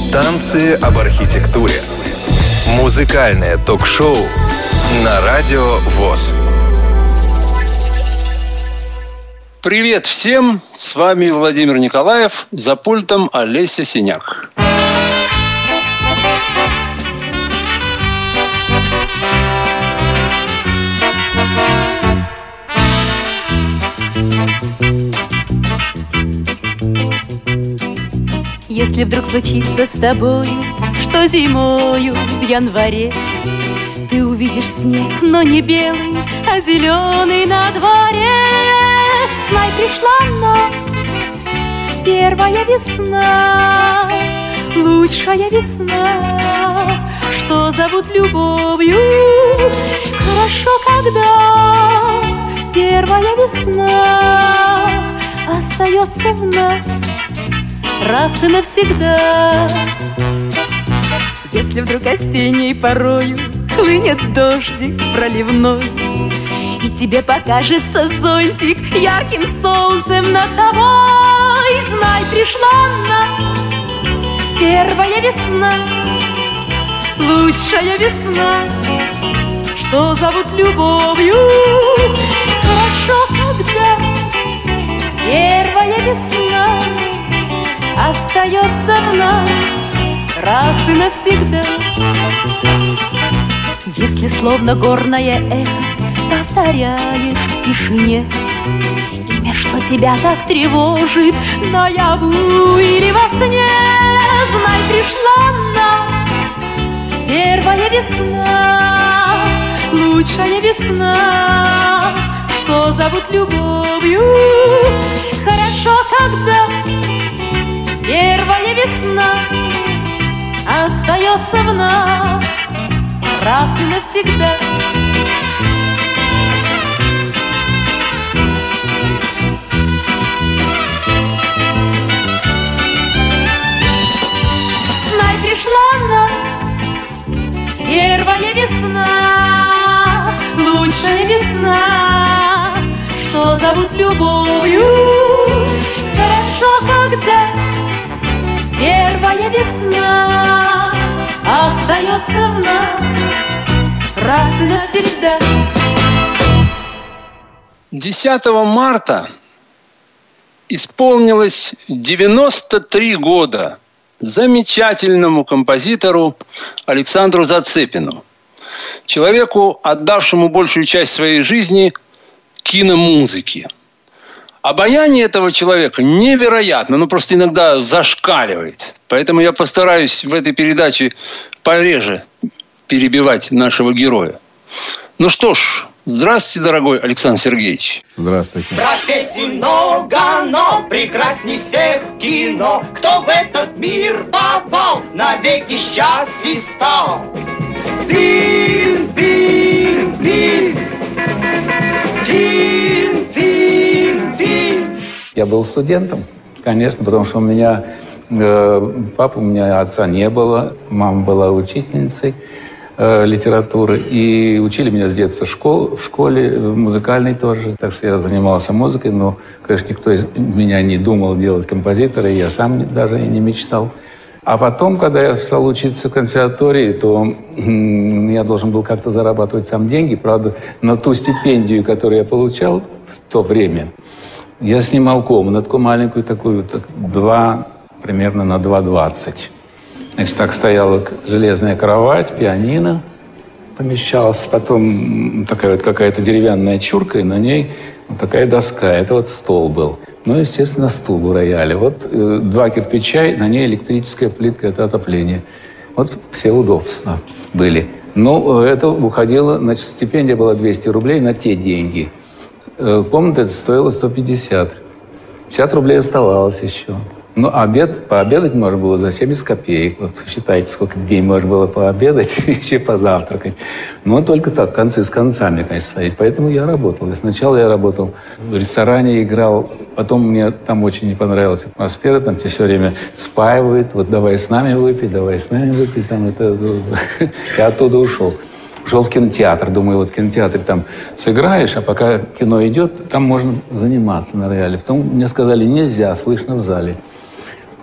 Танцы об архитектуре. Музыкальное ток-шоу на Радио ВОС. Привет всем! С вами Владимир Николаев, за пультом Олеся Синяк. Если вдруг случится с тобою, что зимою в январе ты увидишь снег, но не белый, а зеленый на дворе, знай, пришла она, первая весна, лучшая весна, что зовут любовью. Хорошо, когда первая весна остается в нас раз и навсегда. Если вдруг осенней порою хлынет дождик проливной, и тебе покажется зонтик ярким солнцем над тобой, знай, пришла она, первая весна, лучшая весна, что зовут любовью. Хорошо, когда первая весна остается в нас раз и навсегда. Если словно горное эхо повторяешь в тишине имя, что тебя так тревожит наяву или во сне, знай, пришла она, первая весна, лучшая весна, что зовут любовью. Хорошо, когда первая весна остается в нас раз и навсегда. Знай, пришла она, первая весна, лучшая весна, что зовут любовью. Хорошо, когда первая весна остается в нас раз и навсегда. 10 марта исполнилось 93 года замечательному композитору Александру Зацепину, человеку, отдавшему большую часть своей жизни киномузыке. Обаяние этого человека невероятно, просто иногда зашкаливает. Поэтому я постараюсь в этой передаче пореже перебивать нашего героя. Ну что ж, здравствуйте, дорогой Александр Сергеевич. Здравствуйте. Профессий много, но прекрасней всех кино. Кто в этот мир попал, навеки счастлив стал. Фильм, фильм, фильм. Фильм, фильм, фильм. Я был студентом, конечно, потому что у меня папы, у меня отца не было, мама была учительницей литературы, и учили меня с детства в школе музыкальной тоже, так что я занимался музыкой, но, конечно, никто из меня не думал делать композитора, и я сам даже и не мечтал. А потом, когда я стал учиться в консерватории, то я должен был как-то зарабатывать сам деньги. Правда, на ту стипендию, которую я получал в то время, я снимал комнатку маленькую такую, примерно на 2,20. Значит, так стояла железная кровать, пианино помещалось, потом такая вот какая-то деревянная чурка, и на ней вот такая доска. Это вот стол был. Ну, естественно, стул у рояля. Вот 2 кирпича, на ней электрическая плитка, это отопление. Вот все удобства были. Но это уходило, значит, стипендия была 200 рублей на те деньги. Комната эта стоила 150. 50 рублей оставалось еще. Ну, пообедать можно было за 70 копеек. Вот считайте, сколько дней можно было пообедать и еще позавтракать. Но только так, концы с концами, конечно, сводить. Поэтому я работал. И сначала я работал в ресторане, играл. Потом мне там очень не понравилась атмосфера. Там тебя все время спаивают. Вот давай с нами выпей, давай с нами выпей. Я оттуда ушел. Шел в кинотеатр. Думаю, вот в кинотеатре там сыграешь, а пока кино идет, там можно заниматься на рояле. Потом мне сказали, нельзя, слышно в зале.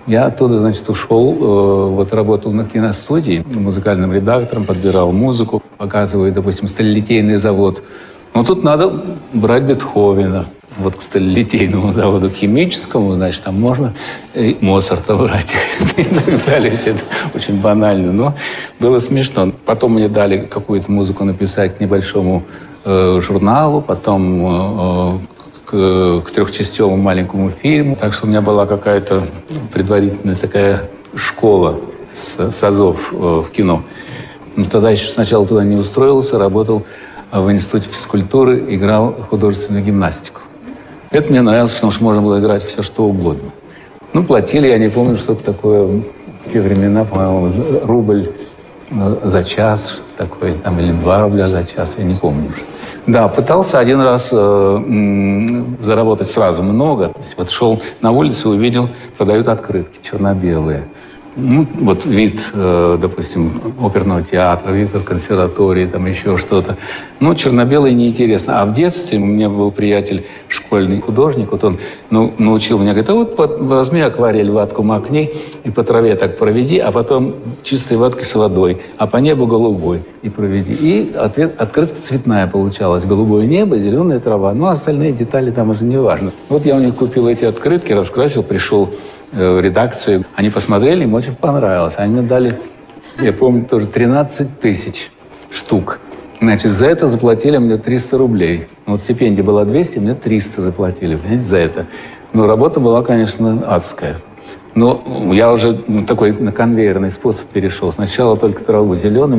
Я оттуда, значит, ушел, вот работал на киностудии, музыкальным редактором, подбирал музыку, показываю, допустим, сталелитейный завод. Но тут надо брать Бетховена. Вот к сталелитейному заводу, к химическому, значит, там можно и Моцарта брать и так далее. Это очень банально, но было смешно. Потом мне дали какую-то музыку написать к небольшому журналу, потом к трехчастевому маленькому фильму. Так что у меня была какая-то предварительная такая школа с азов в кино. Но тогда еще сначала туда не устроился, работал в институте физкультуры, играл художественную гимнастику. Это мне нравилось, потому что можно было играть все, что угодно. Ну, платили, я не помню, что это такое. В те времена, по-моему, рубль за час, что такое, там, или 2 рубля за час, я не помню уже. Да, пытался один раз заработать сразу много. Вот шел на улицу, увидел, продают открытки черно-белые. Ну, вот вид, допустим, оперного театра, вид консерватории, там еще что-то. Ну, черно-белый неинтересно. А в детстве у меня был приятель, школьный художник, вот он научил меня, говорит, а вот возьми акварель, ватку макни и по траве так проведи, а потом чистой ваткой с водой, а по небу голубой и проведи. И открытка цветная получалась. Голубое небо, зеленая трава. Ну, остальные детали там уже не важно. Вот я у них купил эти открытки, раскрасил, пришел в редакцию. Они посмотрели, им очень понравилось. Они мне дали, я помню, тоже 13 тысяч штук. Значит, за это заплатили мне 300 рублей. Вот стипендия была 200, мне 300 заплатили, понимаете, за это. Но работа была, конечно, адская. Но я уже такой на конвейерный способ перешел. Сначала только траву зеленым,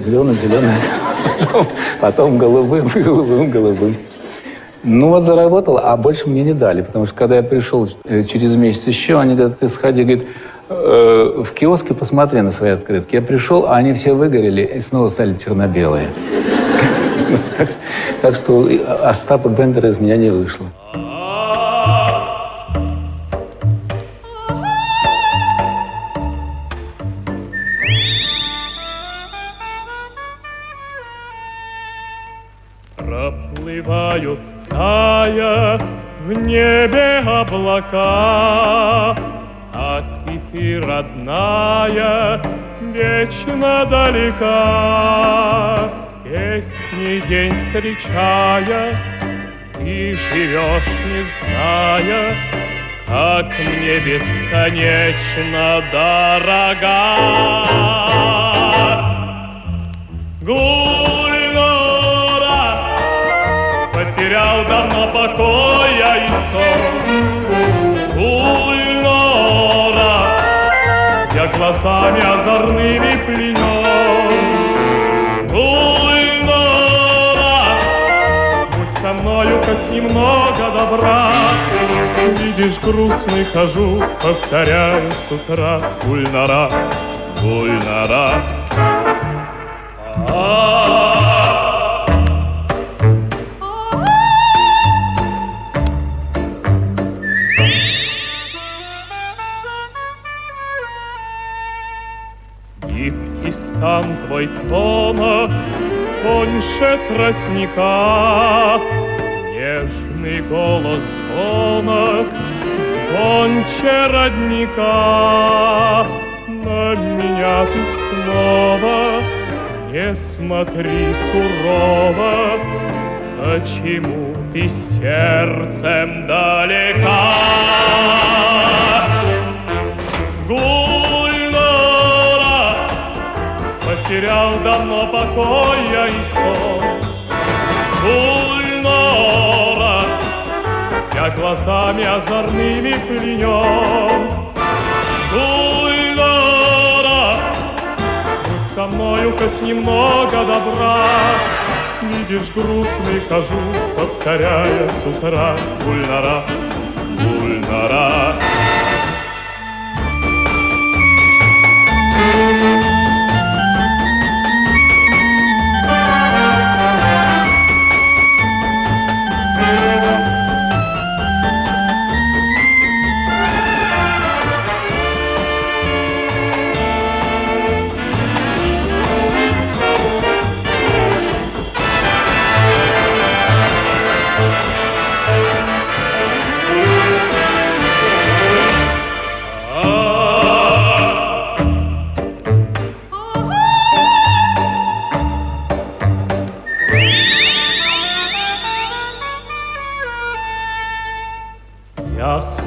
потом голубым. Ну вот заработал, а больше мне не дали. Потому что когда я пришел через месяц еще, они говорят, ты сходи, говорит, в киоске посмотри на свои открытки. Я пришел, а они все выгорели и снова стали черно-белые. Так что Остапа Бендера из меня не вышло. Проплывают, тая в небе облака, а ты, родная, вечно далека. Песней день встречая, ты живешь, не зная, как мне бесконечно дорога. Гульнора, потерял давно покоя и сон. Гульнора, я глазами озорными пленен. Гульнора, будь со мною хоть немного добра. Видишь, грустный хожу, повторяю с утра. Гульнора, Гульнора. Гибкий стан твой тонок тоньше тростника, нежный голос звонок звонче родника. На меня ты снова не смотри сурово, почему ты сердцем далека? Гульнора, потерял давно покоя и сон. Гульнора, я глазами озорными пленен. Гульнора, со мною хоть немного добра. Видишь, грустный хожу, повторяя с утра. Гульнара, Гульнара.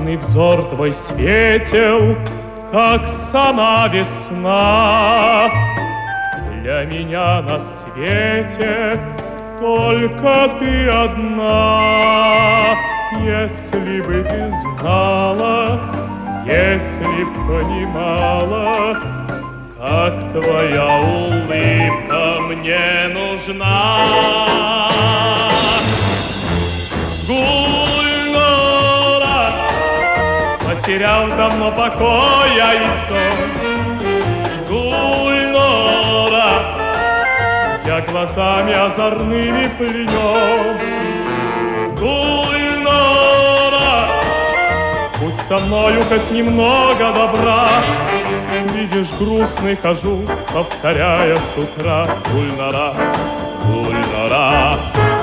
Ясный взор твой светил, как сама весна. Для меня на свете только ты одна. Если бы ты знала, если б понимала, как твоя улыбка мне нужна. Гульнара, потерял давно покоя и сон. Гульнара, я глазами озорными пленен. Гульнара, будь со мною хоть немного добра. Видишь, грустный хожу, повторяя с утра: Гульнара, Гульнара.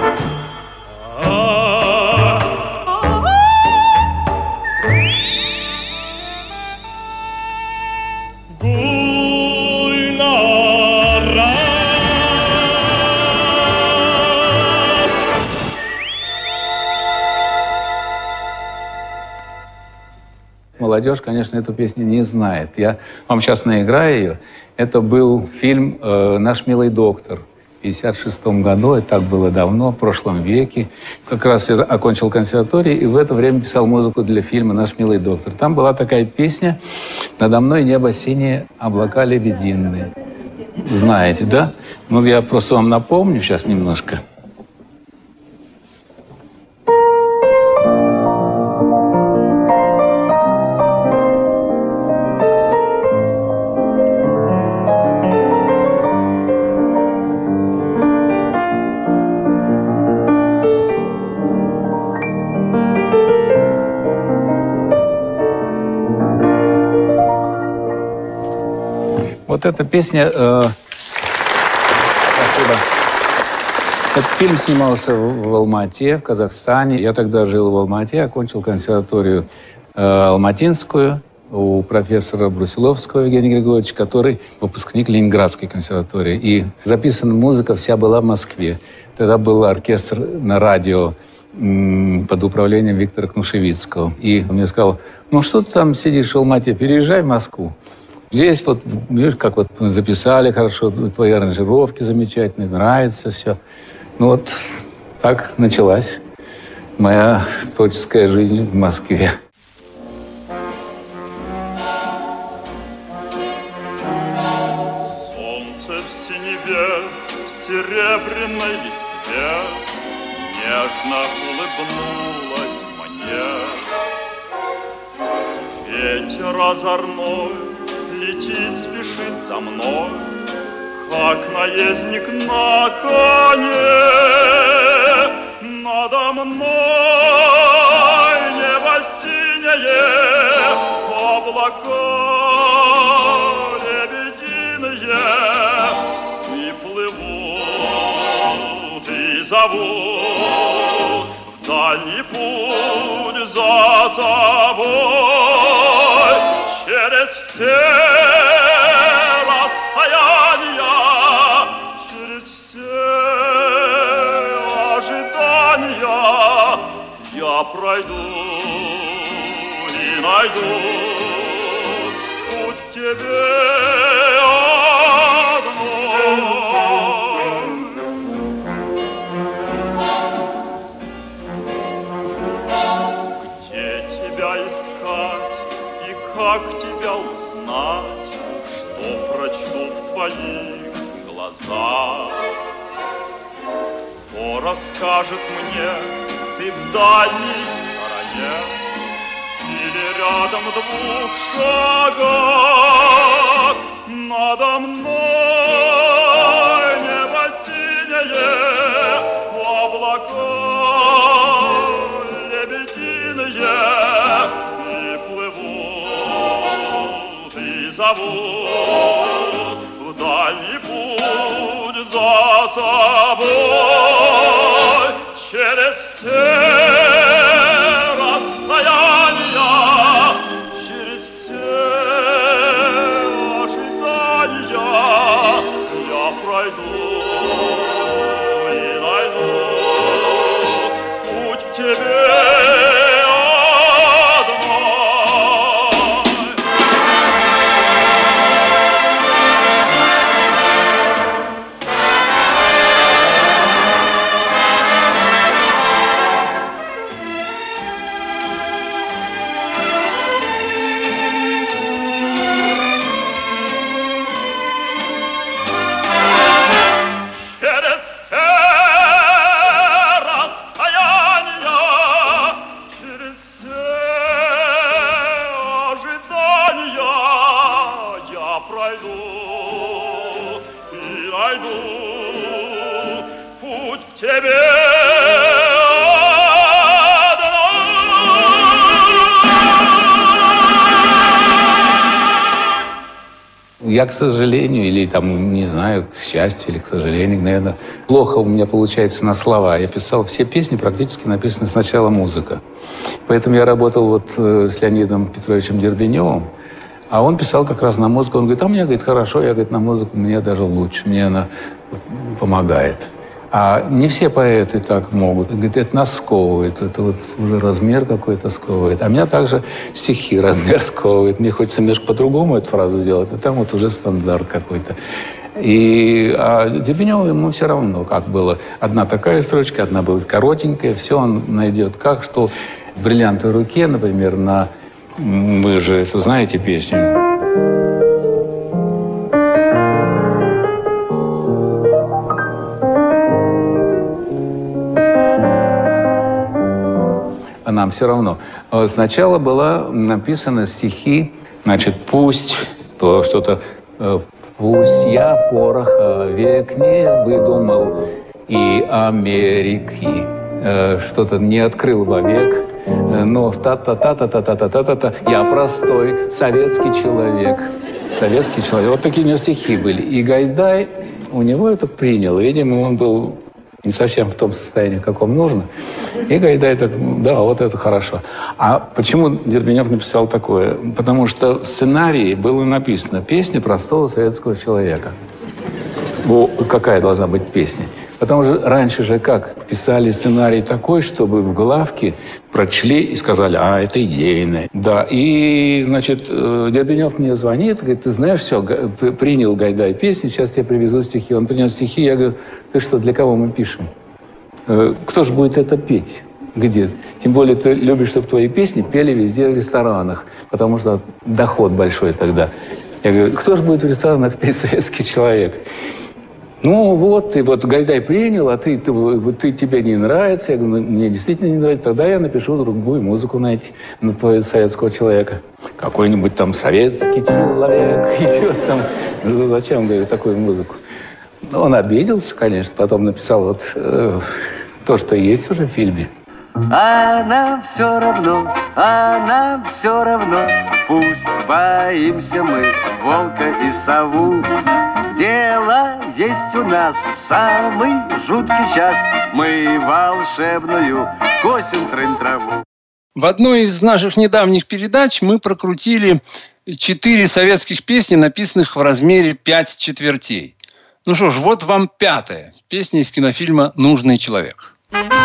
Молодежь, конечно, эту песню не знает. Я вам сейчас наиграю ее. Это был фильм «Наш милый доктор» в 1956 году. Это так было давно, в прошлом веке. Как раз я окончил консерваторию и в это время писал музыку для фильма «Наш милый доктор». Там была такая песня «Надо мной небо синее, облака лебединые». Знаете, да? Ну, я просто вам напомню сейчас немножко. Вот эта песня... Спасибо. Этот фильм снимался в Алмате, в Казахстане. Я тогда жил в Алмате, окончил консерваторию алматинскую у профессора Брусиловского Евгения Григорьевича, который выпускник Ленинградской консерватории. И записана музыка вся была в Москве. Тогда был оркестр на радио под управлением Виктора Кнушевицкого. И он мне сказал: ну что ты там сидишь в Алмате, переезжай в Москву. Здесь вот, видишь, как вот записали хорошо, твои аранжировки замечательные, нравится все. Ну вот так началась моя творческая жизнь в Москве. Солнце в синеве, в серебряной листве нежно улыбнулось мне. Ветер озорной летит, спешит за мной, как наездник на коне. Надо мной небо синее, облака лебединые, и плывут, и зовут в дальний путь за собой. Через все расстояния, через все ожидания я пройду и найду путь к тебе одной. Где тебя искать и как тебя узнать, что прочту в твоих глазах? Кто расскажет мне, ты в дальней стороне или рядом в 2 шагах? Надо мной небо синее, облака лебединые, зовут в дальний путь за собой. Через все расстояния, через все ожидания я пройду и найду путь к тебе одной. пройду и найду путь к тебе. Я, к сожалению, или там, не знаю, к счастью или к сожалению, наверное, плохо у меня получается на слова. Я писал все песни, практически написаны сначала музыка. Поэтому я работал вот с Леонидом Петровичем Дербеневым, а он писал как раз на музыку. Он говорит, а мне, говорит, хорошо, я, говорит, на музыку мне даже лучше, мне она помогает. А не все поэты так могут. Говорит, это нас сковывает, это вот уже размер какой-то сковывает. А меня также стихи размер сковывает. Мне хочется немножко по-другому эту фразу сделать, а там вот уже стандарт какой-то. А Дербеневу ему все равно, как было. Одна такая строчка, одна будет коротенькая, все он найдет. Как, что в «Бриллиантовой руке», например, вы же это знаете песню. Нам все равно. Сначала было написано стихи, значит, пусть я пороха век не выдумал и Америки что-то не открыл вовек, но та-та-та-та-та-та-та-та-та, я простой советский человек. Советский человек. Вот такие у него стихи были. И Гайдай у него это принял. Видимо, он был не совсем в том состоянии, в каком нужно. И Гайдай так, да, вот это хорошо. А почему Дербенев написал такое? Потому что в сценарии было написано «Песня простого советского человека». Какая должна быть песня? Потому что раньше же как? Писали сценарий такой, чтобы в главке прочли и сказали, это идейное. Да, и, значит, Дербенев мне звонит, говорит, ты знаешь, все, принял Гайдай песню, сейчас тебе привезу стихи. Он принес стихи, я говорю, ты что, для кого мы пишем? Кто же будет это петь? Где? Тем более ты любишь, чтобы твои песни пели везде в ресторанах, потому что доход большой тогда. Я говорю, кто же будет в ресторанах петь «Советский человек»? Ну вот, и вот Гайдай принял, а тебе не нравится. Я говорю, мне действительно не нравится. Тогда я напишу другую музыку на твоего советского человека. Какой-нибудь там советский человек. И что там, зачем, говорю, такую музыку? Он обиделся, конечно, потом написал вот то, что есть уже в фильме. А нам все равно, пусть боимся мы волка и сову. Дело есть у нас в самый жуткий час, мы волшебную косим трын-траву. В одной из наших недавних передач мы прокрутили 4 советских песни, написанных в размере 5 четвертей. Ну что ж, вот вам 5-я песня из кинофильма «Нужный человек».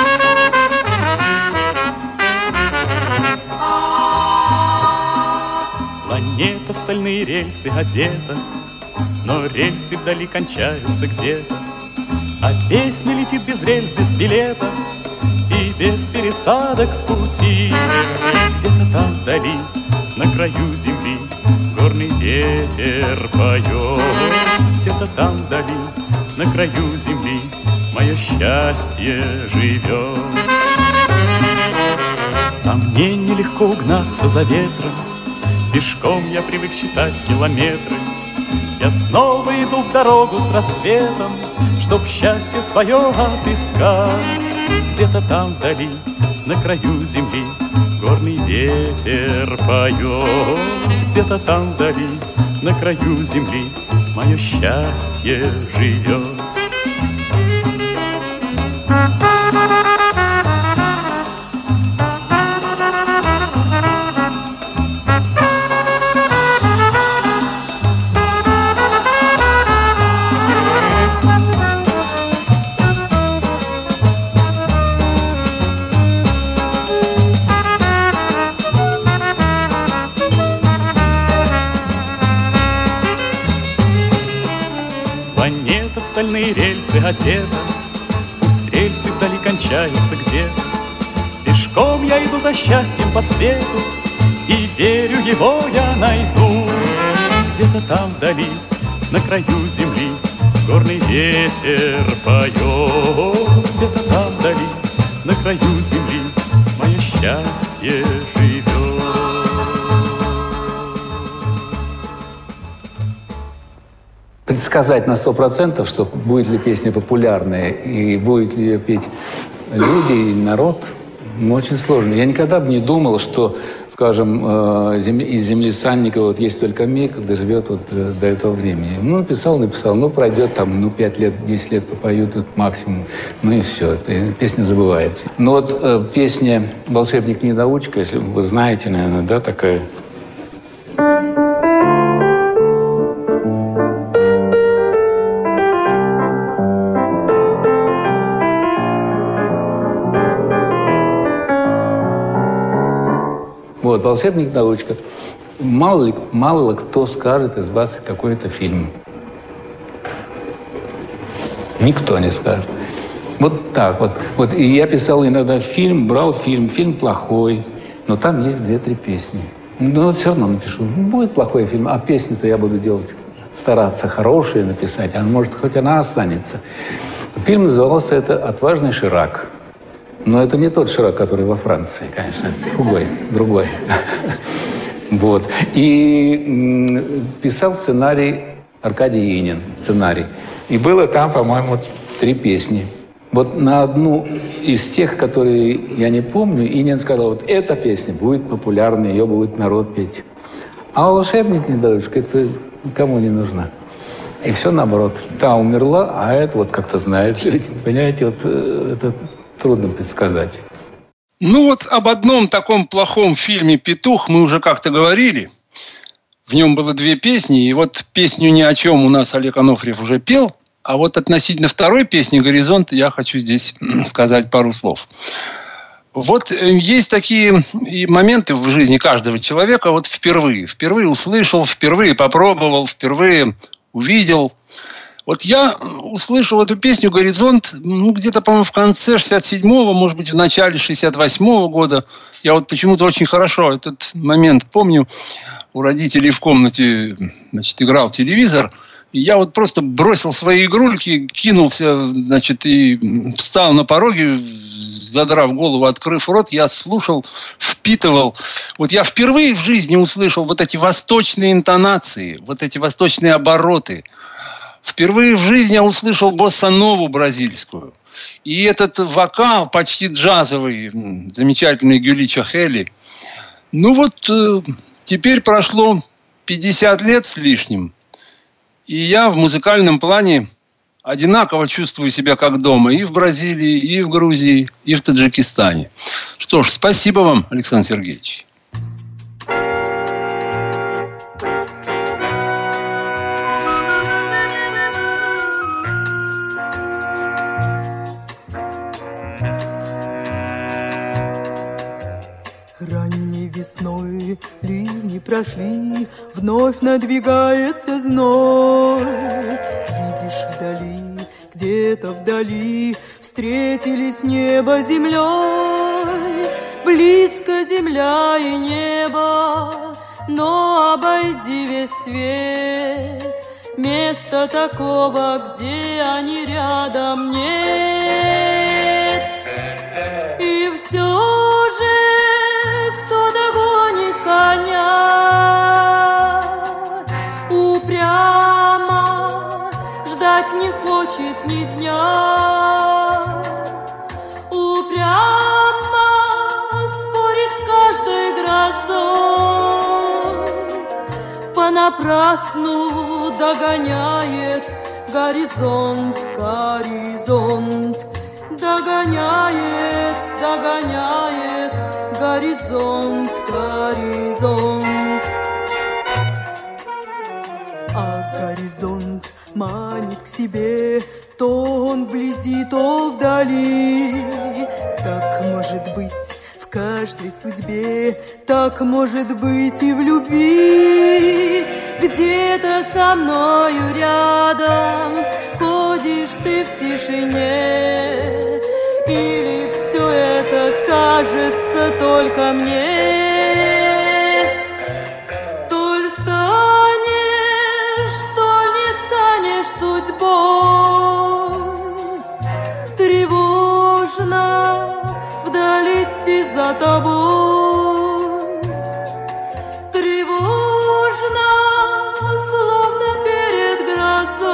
Планета в стальные рельсы одета, но рельсы вдали кончаются где-то, а песня летит без рельс, без билета и без пересадок в пути. Где-то там вдали, на краю земли, горный ветер поет. Где-то там вдали, на краю земли, мое счастье живет. А мне нелегко угнаться за ветром, пешком я привык считать километры. Я снова иду в дорогу с рассветом, чтоб счастье свое отыскать. Где-то там вдали, на краю земли, горный ветер поет. Где-то там вдали, на краю земли, мое счастье живет. Планета в стальные рельсы одета, пусть рельсы вдали кончаются где-то. Пешком я иду за счастьем по свету, и верю, его я найду. Где-то там вдали, на краю земли, горный ветер поет. Где-то там вдали, на краю земли, мое счастье живет. предсказать на 100%, что будет ли песня популярная и будет ли ее петь люди и народ, очень сложно. Я никогда бы не думал, что, скажем, из земли Санникова вот есть только миг, доживет вот до этого времени. Ну, написал, ну, пройдет там, 5 лет, 10 лет попоют максимум, ну и все, песня забывается. Но вот песня «Волшебник-недоучка», если вы знаете, наверное, да, такая... Вот, «Волшебник-недоучка». Мало кто скажет из вас какой-то фильм. Никто не скажет. Вот так вот. Вот. И я писал иногда брал фильм плохой, но там есть 2-3 песни. Но вот все равно напишу. Будет плохой фильм, а песню-то я буду стараться хорошие написать, а может, хоть она останется. Фильм назывался это «Отважный Ширак». Но это не тот Ширак, который во Франции, конечно, это другой. Вот. И писал сценарий Аркадий Инин, сценарий. И было там, по-моему, 3 песни. Вот на одну из тех, которые я не помню, Инин сказал, вот эта песня будет популярной, ее будет народ петь. А «Волшебник-недоучка» это никому не нужна. И все наоборот. Та умерла, а это вот как-то знают люди. Понимаете, вот это трудно предсказать. Ну вот об одном таком плохом фильме «Петух» мы уже как-то говорили. В нем было 2 песни. И вот песню «Ни о чем» у нас Олег Анофриев уже пел. А вот относительно второй песни «Горизонт» я хочу здесь сказать пару слов. Вот есть такие моменты в жизни каждого человека. Вот впервые услышал, впервые попробовал, впервые увидел. Вот я услышал эту песню «Горизонт» где-то, по-моему, в конце 67-го, может быть, в начале 68-го года. Я вот почему-то очень хорошо этот момент помню. У родителей в комнате, играл телевизор. И я вот просто бросил свои игрульки, кинулся, и встал на пороге, задрав голову, открыв рот. Я слушал, впитывал. Вот я впервые в жизни услышал вот эти восточные интонации, вот эти восточные обороты. Впервые в жизни я услышал босса-нову бразильскую. И этот вокал почти джазовый, замечательный Гюлича Хелли. Ну вот теперь прошло 50 лет с лишним. И я в музыкальном плане одинаково чувствую себя как дома и в Бразилии, и в Грузии, и в Таджикистане. Что ж, спасибо вам, Александр Сергеевич. Ранней весной ливни прошли, вновь надвигается зной. Видишь вдали, где-то вдали встретились небо с землей. Близко земля и небо, но обойди весь свет. Места такого, где они рядом, нет. И все же кто догонит коня, упрямо ждать не хочет ни дня, упрямо спорит с каждой грозой, понапрасну догоняет горизонт, горизонт, догоняет, догоняет горизонт, горизонт. А горизонт манит к себе, то он вблизи, то вдали. Так может быть в каждой судьбе, так может быть и в любви. Где-то со мною рядом ходишь ты в тишине, или все это кажется только мне? Толь станешь, толь не станешь судьбой, тревожно вдаль идти за тобой, тревожно, словно перед грозой.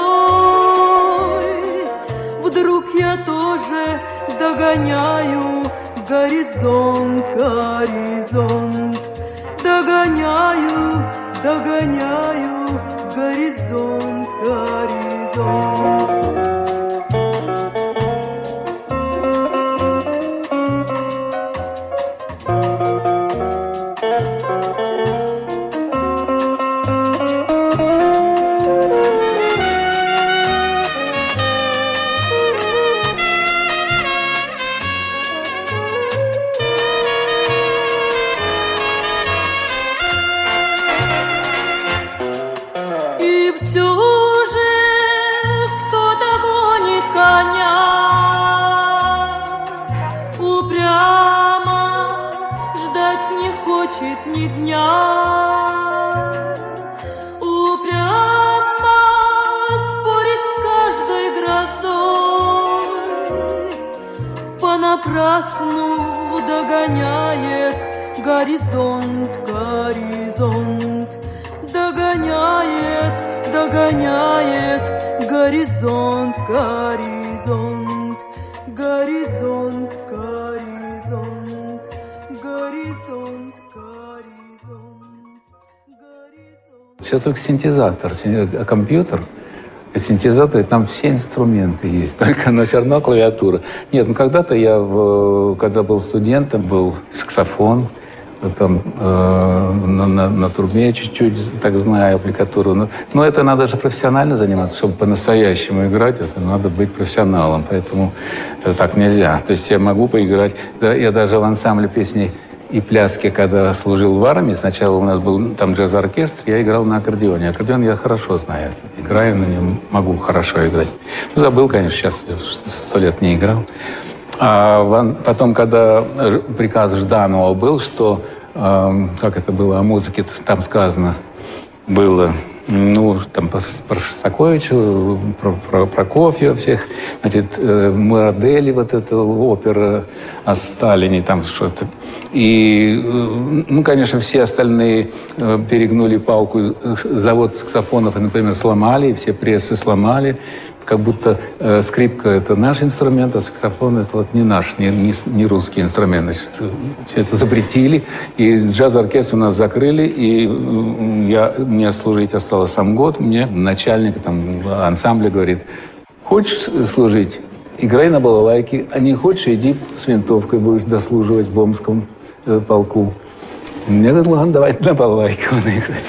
понапрасну догоняет горизонт, горизонт. Догоняет, догоняет горизонт, горизонт. Горизонт, горизонт. Горизонт, горизонт. Сейчас только синтезатор, компьютер. Синтезатор, там все инструменты есть, только, но все равно клавиатура. Нет, когда-то я, когда был студентом, был саксофон, там, на трубе чуть-чуть, так знаю, аппликатуру. Но это надо же профессионально заниматься, чтобы по-настоящему играть, это надо быть профессионалом, поэтому так нельзя. То есть я могу поиграть, да, я даже в ансамбле песни и пляски, когда служил в армии, сначала у нас был там джаз-оркестр, я играл на аккордеоне. Аккордеон я хорошо знаю, играю на нем, могу хорошо играть. Забыл, конечно, сейчас 100 лет не играл. А потом, когда приказ Жданова был, что, как это было, о музыке там сказано, было, ну, там про Шостаковича, про Прокофьева всех, значит, Мурадели, вот эта опера о Сталине, там что-то. И, ну, конечно, все остальные перегнули палку, завод саксофонов, например, сломали, все прессы сломали, как будто скрипка – это наш инструмент, а саксофон – это вот не наш, не русский инструмент. Значит, все это запретили, и джаз-оркестр у нас закрыли, и мне служить осталось сам год. Мне начальник там, ансамбля говорит: хочешь служить – играй на балалайке, а не хочешь – иди с винтовкой будешь дослуживать в Бомском полку. Я говорю: ладно, давайте на балалайке играть.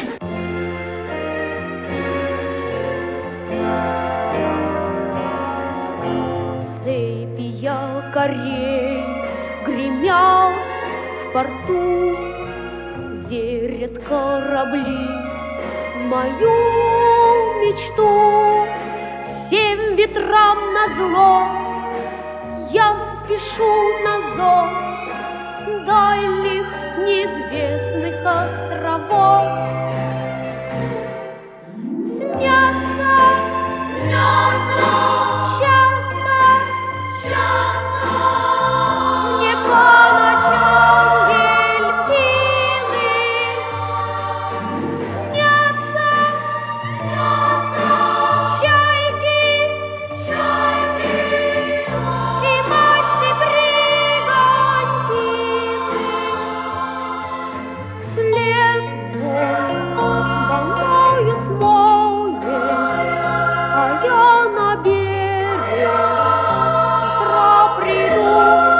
Корей гремят в порту, верят корабли в мою мечту. Всем ветрам назло я спешу на зов дальних неизвестных островов. Снятся, снятся часто, часто мне по ночам дельфины. Снятся, снятся чайки, чайки и мачты бригантины. След волною смоет, а я на берег с утра приду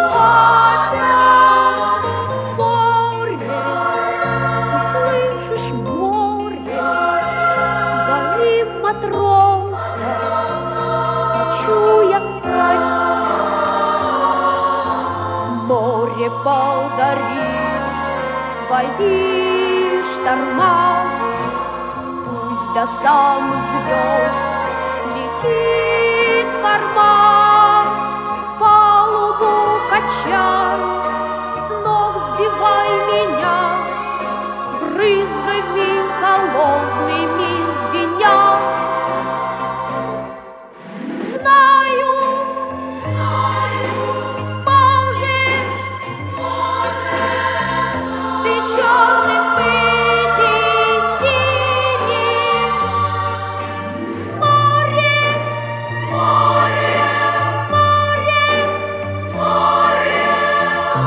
опять. Море, ты слышишь, море, твоим матросом хочу я стать. Море, подари свои шторма, пусть до самых звезд летит корма. Палубу качай, с ног сбивай меня брызгами холодными звеня. Знаю, ты черным быть и синим. Море, море, море, море,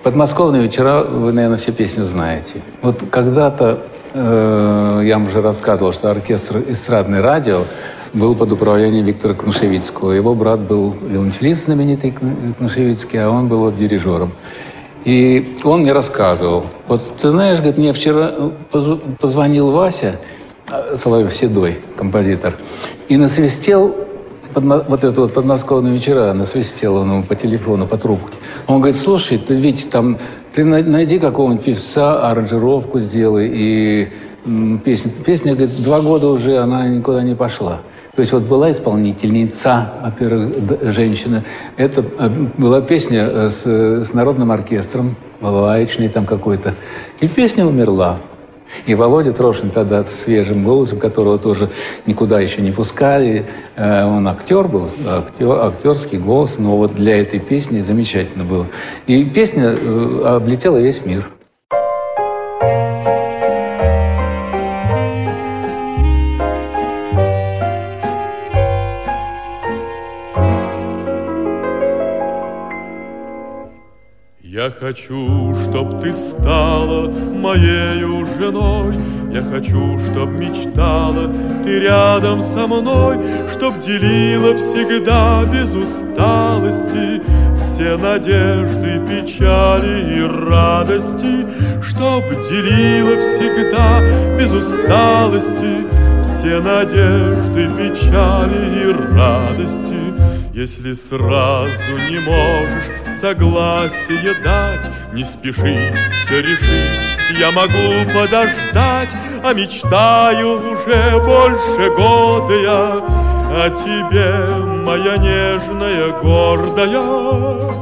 «Подмосковные вечера» вы, наверное, все песни знаете. Вот когда-то, я вам уже рассказывал, что оркестр «Эстрадное радио» был под управлением Виктора Кнушевицкого. Его брат был виолончелист знаменитый Кнушевицкий, а он был вот дирижером. И он мне рассказывал. Вот ты знаешь, говорит, мне вчера позвонил Вася, Соловьев-Седой, композитор, и насвистел вот это вот «Подмосковные вечера», насвистел он ему по телефону, по трубке. Он говорит, слушай, ты, Витя, там, ты найди какого-нибудь певца, аранжировку сделай, и песня, говорит, 2 года уже она никуда не пошла. То есть вот была исполнительница, во-первых, женщина. Это была песня с народным оркестром, балалаечный там какой-то. И песня умерла. И Володя Трошин тогда с свежим голосом, которого тоже никуда еще не пускали. Он актер был, актерский голос, но вот для этой песни замечательно было. И песня облетела весь мир. Я хочу, чтоб ты стала моею женой. Я хочу, чтоб мечтала ты рядом со мной, чтоб делила всегда без усталости все надежды, печали и радости, чтоб делила всегда без усталости все надежды, печали и радости. Если сразу не можешь согласие дать, не спеши все решить, я могу подождать, а мечтаю уже больше года я о тебе, моя нежная, гордая.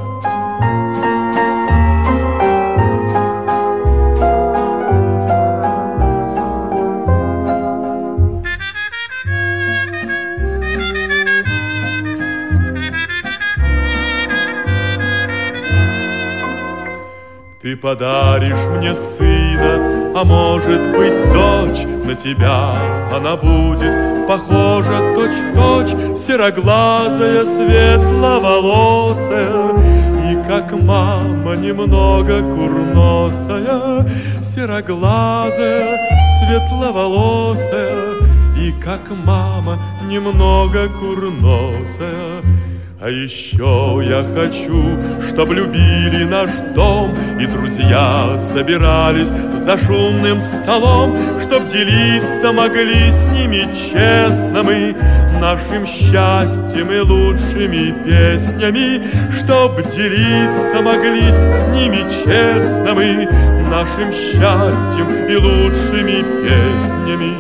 Ты подаришь мне сына, а может быть дочь. На тебя она будет похожа точь-в-точь, сероглазая, светловолосая, и как мама немного курносая. Сероглазая, светловолосая, и как мама немного курносая. А еще я хочу, чтоб любили наш дом, и друзья собирались за шумным столом, чтоб делиться могли с ними честно мы нашим счастьем и лучшими песнями, чтоб делиться могли с ними честно мы нашим счастьем и лучшими песнями.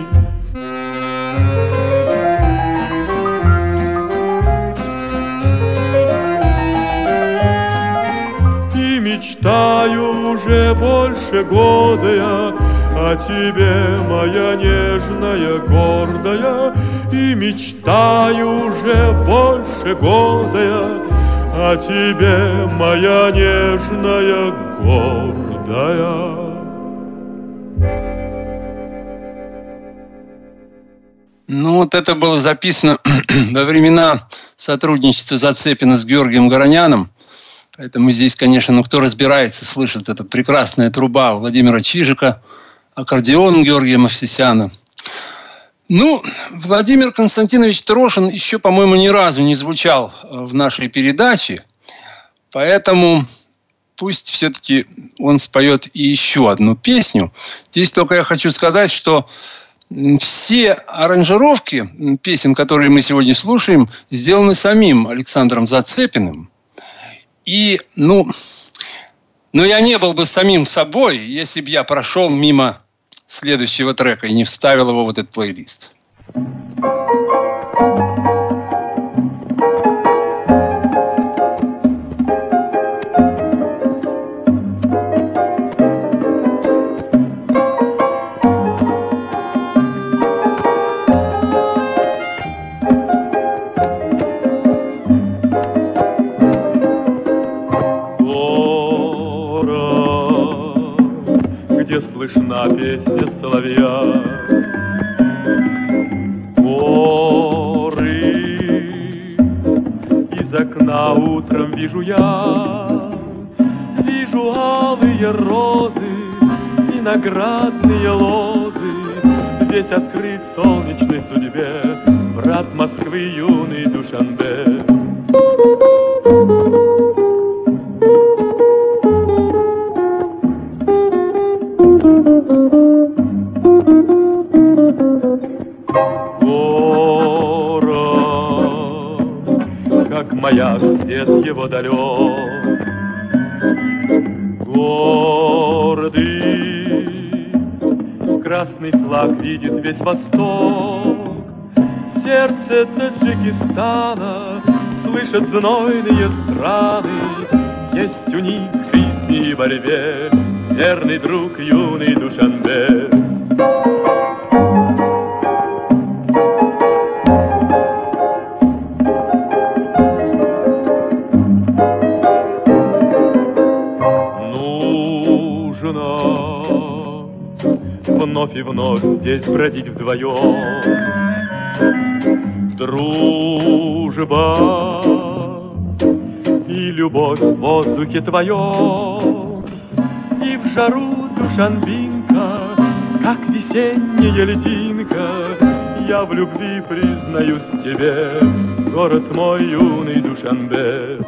Мечтаю уже больше года я о тебе, моя нежная, гордая. И мечтаю уже больше года я о тебе, моя нежная, гордая. Ну, вот это было записано во времена сотрудничества Зацепина с Георгием Гороняном. Поэтому здесь, конечно, кто разбирается, слышит, это прекрасная труба Владимира Чижика, аккордеон Георгия Мовсисяна. Ну, Владимир Константинович Трошин еще, по-моему, ни разу не звучал в нашей передаче, поэтому пусть все-таки он споет и еще одну песню. Здесь только я хочу сказать, что все аранжировки песен, которые мы сегодня слушаем, сделаны самим Александром Зацепиным. И, я не был бы самим собой, если бы я прошел мимо следующего трека и не вставил его в этот плейлист. Где слышна песня соловья, горы из окна утром вижу вижу алые розы, виноградные лозы, весь открыт солнечной судьбе, брат Москвы юный Душанбе. Город, как маяк, свет его далек, гордый, красный флаг видит весь восток. В сердце Таджикистана слышат знойные страны. Есть у них в жизни и борьбе верный друг юный Душанбе. Вновь и вновь здесь бродить вдвоем. Дружба и любовь в воздухе твоем. И в жару Душанбинка, как весенняя льдинка, я в любви признаюсь тебе, город мой юный Душанбе.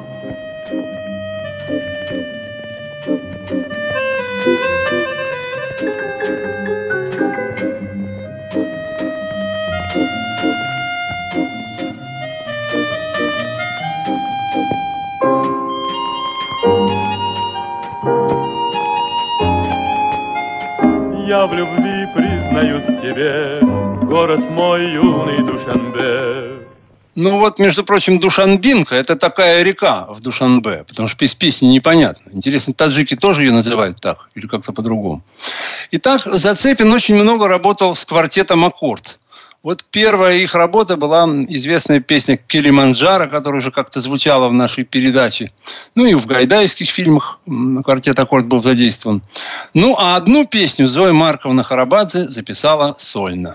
Я в любви признаюсь тебе, город мой юный Душанбе. Ну вот, между прочим, Душанбинка – это такая река в Душанбе, потому что из песни непонятно. Интересно, таджики тоже ее называют так или как-то по-другому. Итак, Зацепин очень много работал с квартетом «Аккорд». Вот первая их работа была известная песня «Килиманджаро», которая уже как-то звучала в нашей передаче. Ну и в гайдайских фильмах квартет «Аккорд» был задействован. Ну а одну песню Зоя Марковна Харабадзе записала сольно.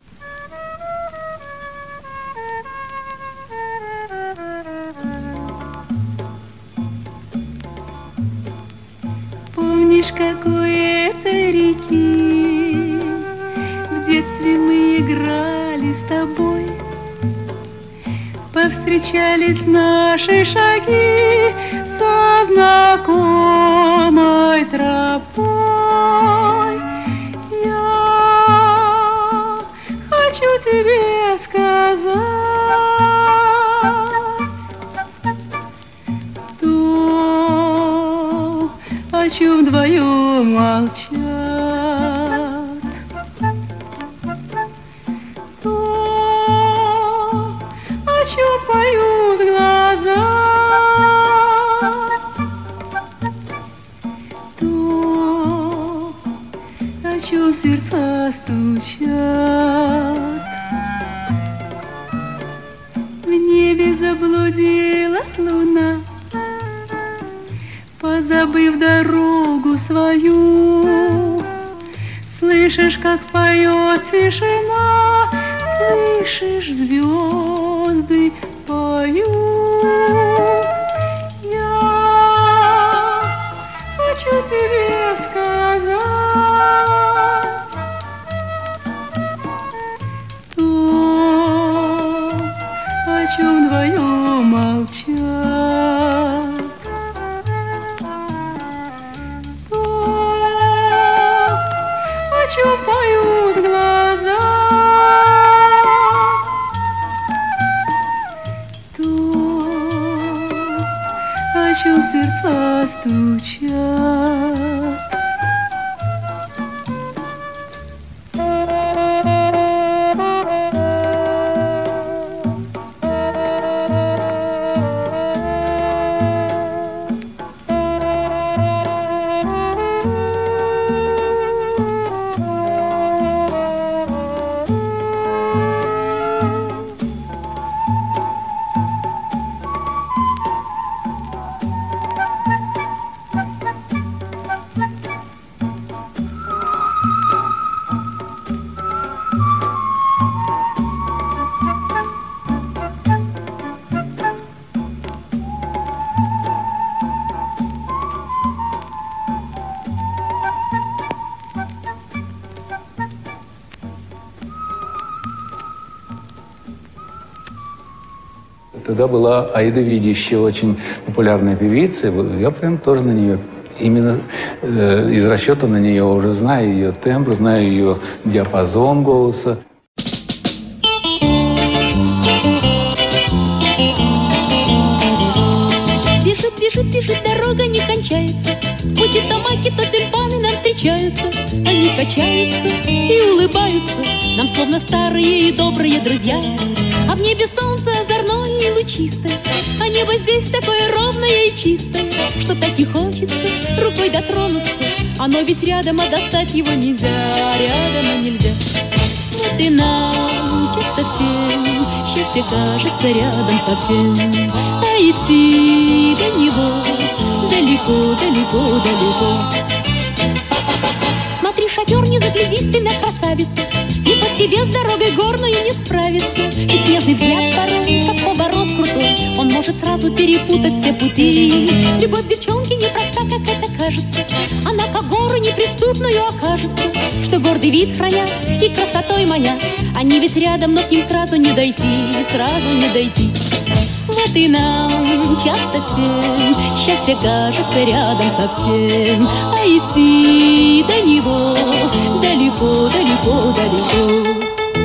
Помнишь, какой это реки в детстве мы играли с тобой, повстречались наши шаги со знакомой тропой. Я хочу тебе сказать то, о чем вдвоем молчат, то, о чем поют глаза, то, о чем сердца стучат. В небе заблудилась луна, позабыв дорогу свою. Слышишь, как поет тишина, слышишь, звезды поют. Я хочу тебе сказать то, о чем вдвоем молчат. О чем поют глаза, то, о чем сердца стучат. тогда была Аида Видящая, очень популярная певица. Я прям тоже на нее, именно из расчета на нее уже знаю ее тембр, знаю ее диапазон голоса. Бежит, дорога не кончается. В пути то маки, то тюльпаны нам встречаются. Они качаются и улыбаются нам, словно старые и добрые друзья. А в небе солнце озорное и лучистое, а небо здесь такое ровное и чистое, что так и хочется рукой дотронуться. Оно ведь рядом, а достать его нельзя, рядом, а нельзя. Вот и нам часто всем счастье кажется рядом совсем, а идти до него далеко, далеко, далеко. Смотри, шофер, не заглядись ты на красавицу, и под тебе с дорогой горною не справится. Ведь снежный взгляд порой, как поворот крутой, он может сразу перепутать все пути. Любовь девчонки непроста, как это кажется, она как гору неприступную окажется, что гордый вид храня и красотой маня. Они ведь рядом, но к ним сразу не дойти, сразу не дойти. Вот и нам часто всем счастье кажется рядом совсем, а идти до него далеко, далеко, далеко.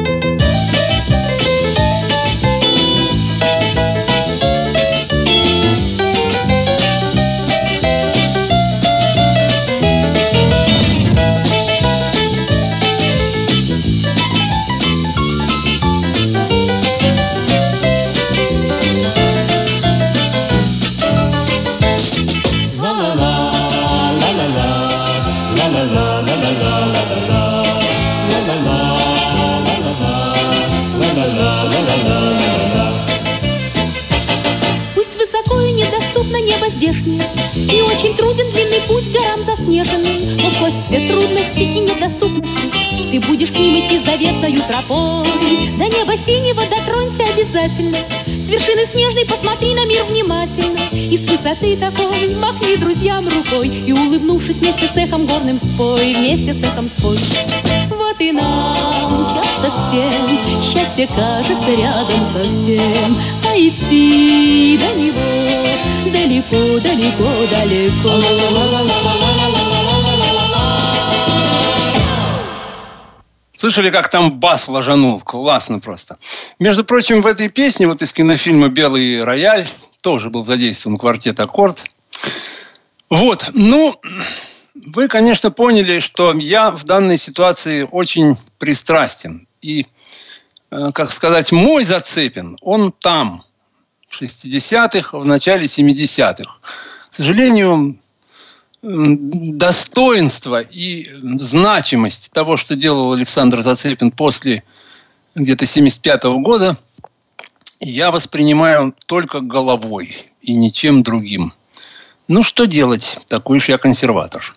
Здешние. И очень труден длинный путь горам заснеженный, но сквозь все трудности и недоступности ты будешь к ним идти заветною тропой. До неба синего дотронься обязательно, с вершины снежной посмотри на мир внимательно, и с высоты такой махни друзьям рукой, и, улыбнувшись, вместе с эхом горным спой, вместе с эхом спой. Вот и нам часто всем счастье кажется рядом совсем, а идти до него далеко, далеко, далеко. Слышали, как там бас ложанул? Классно просто. Между прочим, в этой песне, вот из кинофильма «Белый рояль», тоже был задействован квартет «Аккорд». Вот, ну, вы, конечно, поняли, что я в данной ситуации очень пристрастен. И, как сказать, мой Зацепин, он там, в 60-х, в начале 70-х. К сожалению, достоинство и значимость того, что делал Александр Зацепин после где-то 75-го года, я воспринимаю только головой и ничем другим. Ну, что делать? Такой уж я консерватор.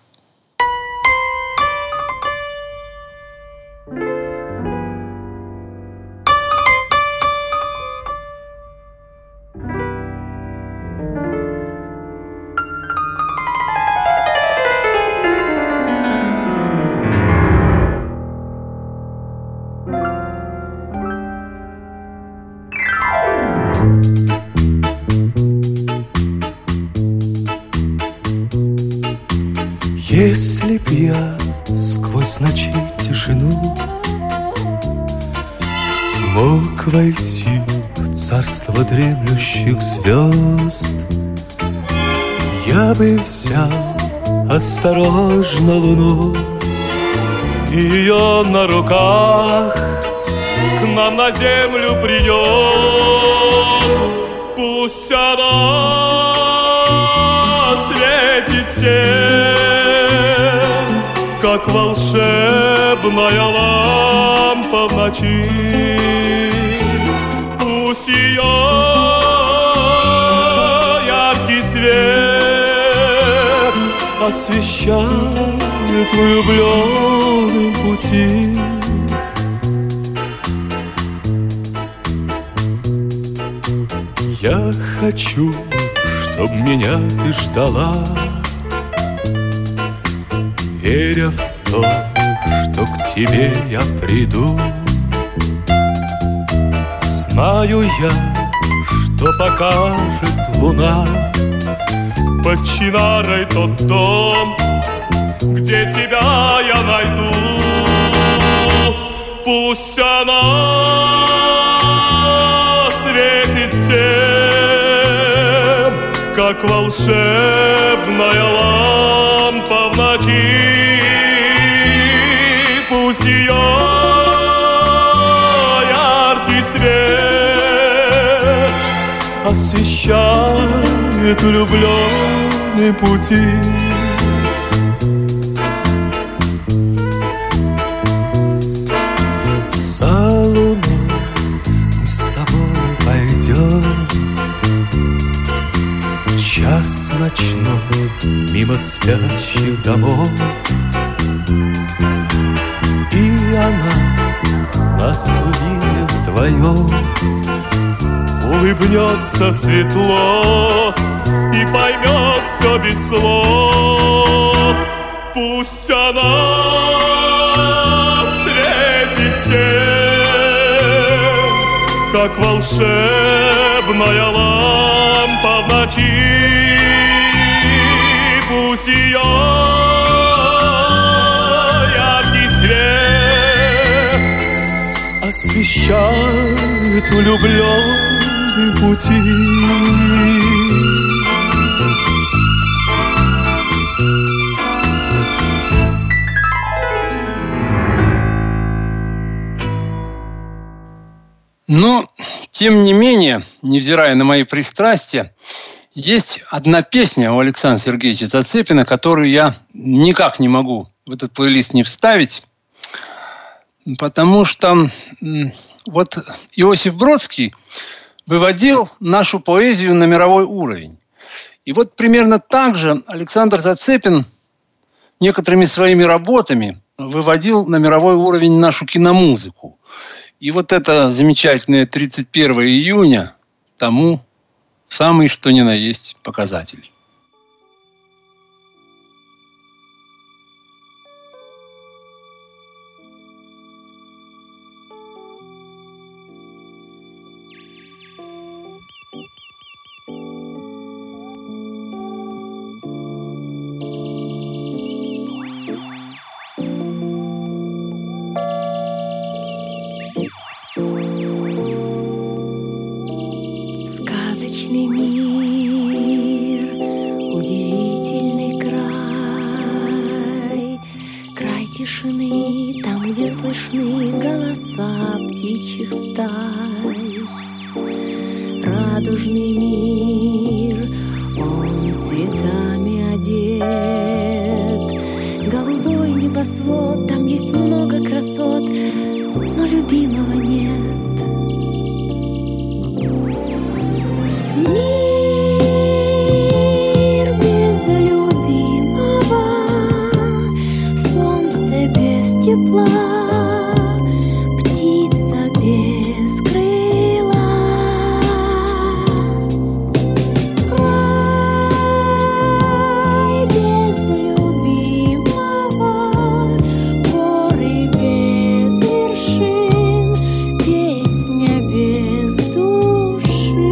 Если б я сквозь ночи тишину мог войти в царство дремлющих звезд, я бы взял осторожно луну и ее на руках к нам на землю принес. Пусть она светит всем, как волшебная лампа в ночи. Пусть ее яркий свет освещает влюбленным пути. Я хочу, чтоб меня ты ждала, веря в то, что к тебе я приду. Знаю я, что покажет луна. Под Чинарой тот дом, где тебя я найду. Пусть она светит всем, как волшебная лампа в ночи. Пусть ее яркий свет освещает влюбленные пути. За луной мы с тобой пойдем в час ночной мимо спящих домов, и она, нас увидев вдвоем, улыбнется светло и поймет все без слов. Пусть она светит всем, как волшебная лампа в ночи. Пусть ее яркий свет освещает влюбленные пути. Но, тем не менее, невзирая на мои пристрастия, есть одна песня у Александра Сергеевича Зацепина, которую я никак не могу в этот плейлист не вставить, потому что вот Иосиф Бродский выводил нашу поэзию на мировой уровень. И вот примерно так же Александр Зацепин некоторыми своими работами выводил на мировой уровень нашу киномузыку. И вот это замечательное 31 июня тому самый что ни на есть показатель. Сказочный мир, удивительный край, край тишины, там, где слышны голоса птичьих стай. Радужный мир, он цветами одет, голубой небосвод, там есть много красот, но любимого нет. Мир без любимого, солнце без тепла, птица без крыла, рай без любимого, горы без вершин, песня без души.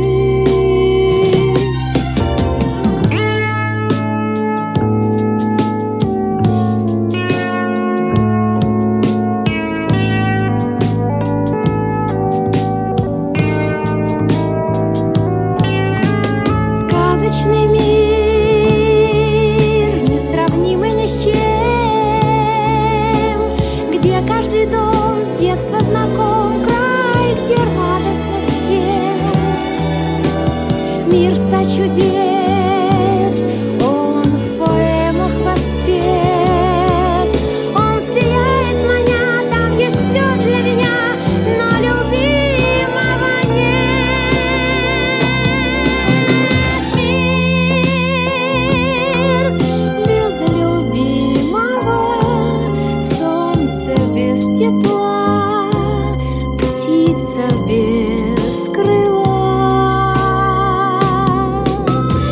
Сказочный мир, несравнимый ни с чем, где каждый дом с детства знаком, край, где радостно всем. Мир ста чудес, он в поэмах воспет, он сияет, маня, там есть все для меня, но любимого нет. Мир без любимого, солнце без тепла, птица без крыла,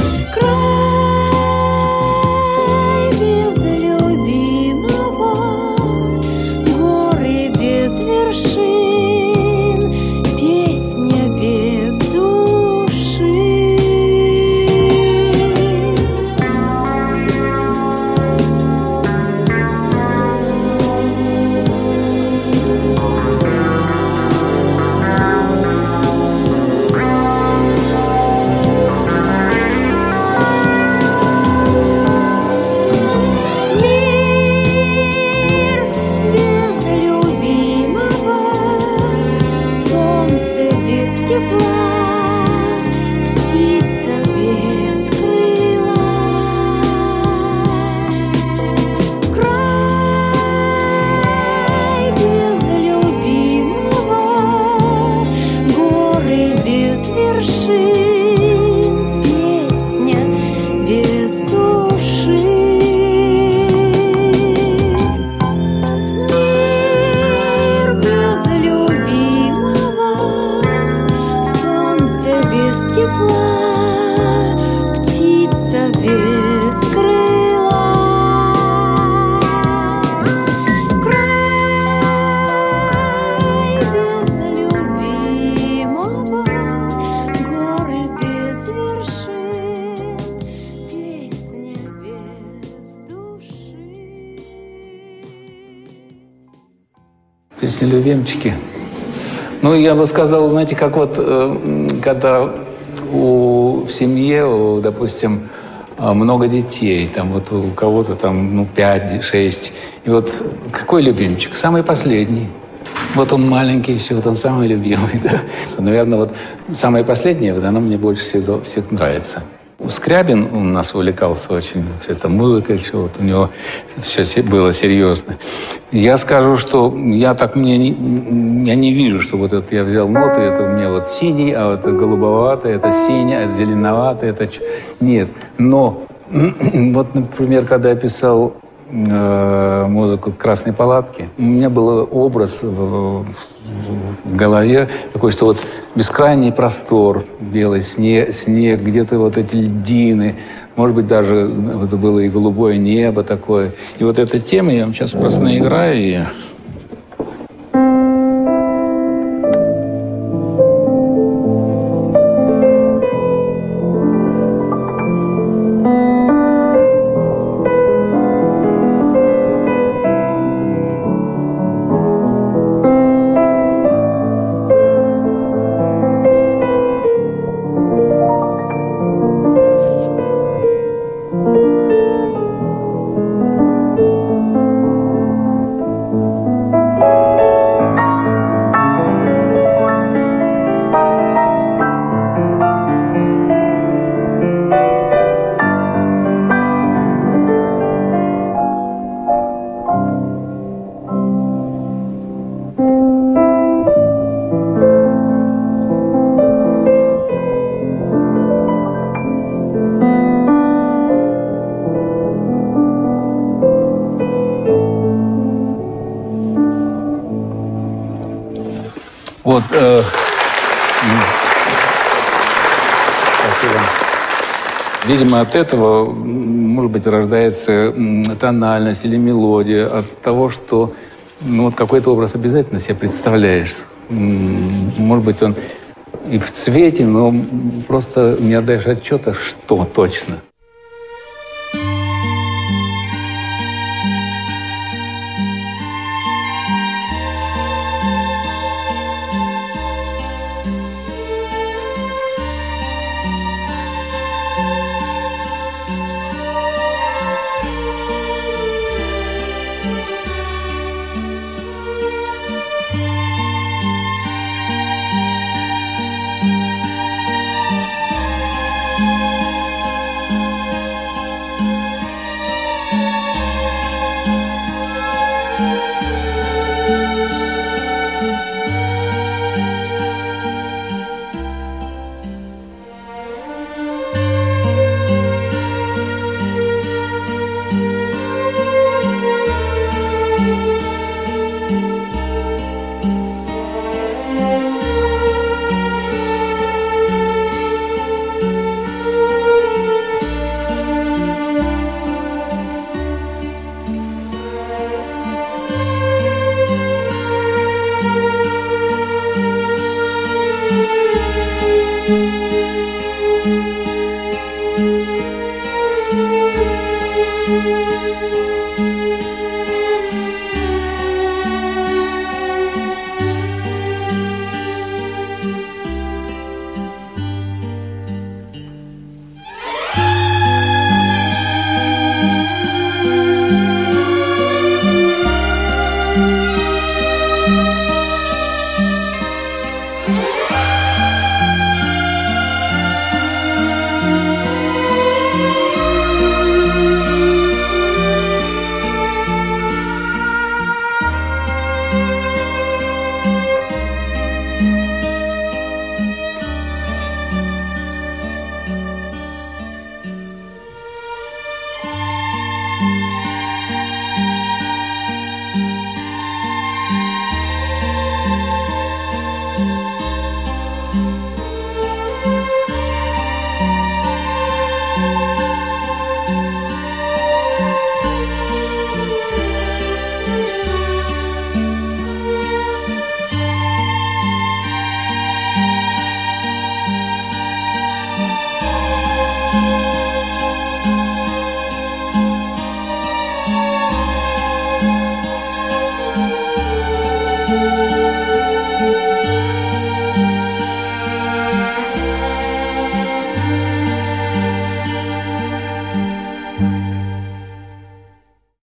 Песни любимчики. Ну, я бы сказал, знаете, как вот, когда в семье, допустим, много детей, там вот у кого-то там, 5-6. И вот какой любимчик? Самый последний. Вот он маленький еще, вот он самый любимый. Да? Наверное, вот самое последнее, вот оно мне больше всех нравится. Скрябин у нас увлекался очень цветомузыкой, вот у него это все было серьезно. Я скажу, что я не вижу, что вот это я взял ноты, это у меня вот синий, а вот это голубоватый, это синий, а это зеленоватый, это... Нет, но вот, например, когда я писал музыку «Красной палатки», у меня был образ в голове такой, что вот бескрайний простор, белый снег, где-то вот эти льдины, может быть, даже это было и голубое небо такое. И вот эта тема, я вам сейчас просто наиграю ее. Вот, видимо, от этого, может быть, рождается тональность или мелодия, от того, что вот какой-то образ обязательно себе представляешь. Может быть, он и в цвете, но просто не отдаешь отчета, что точно.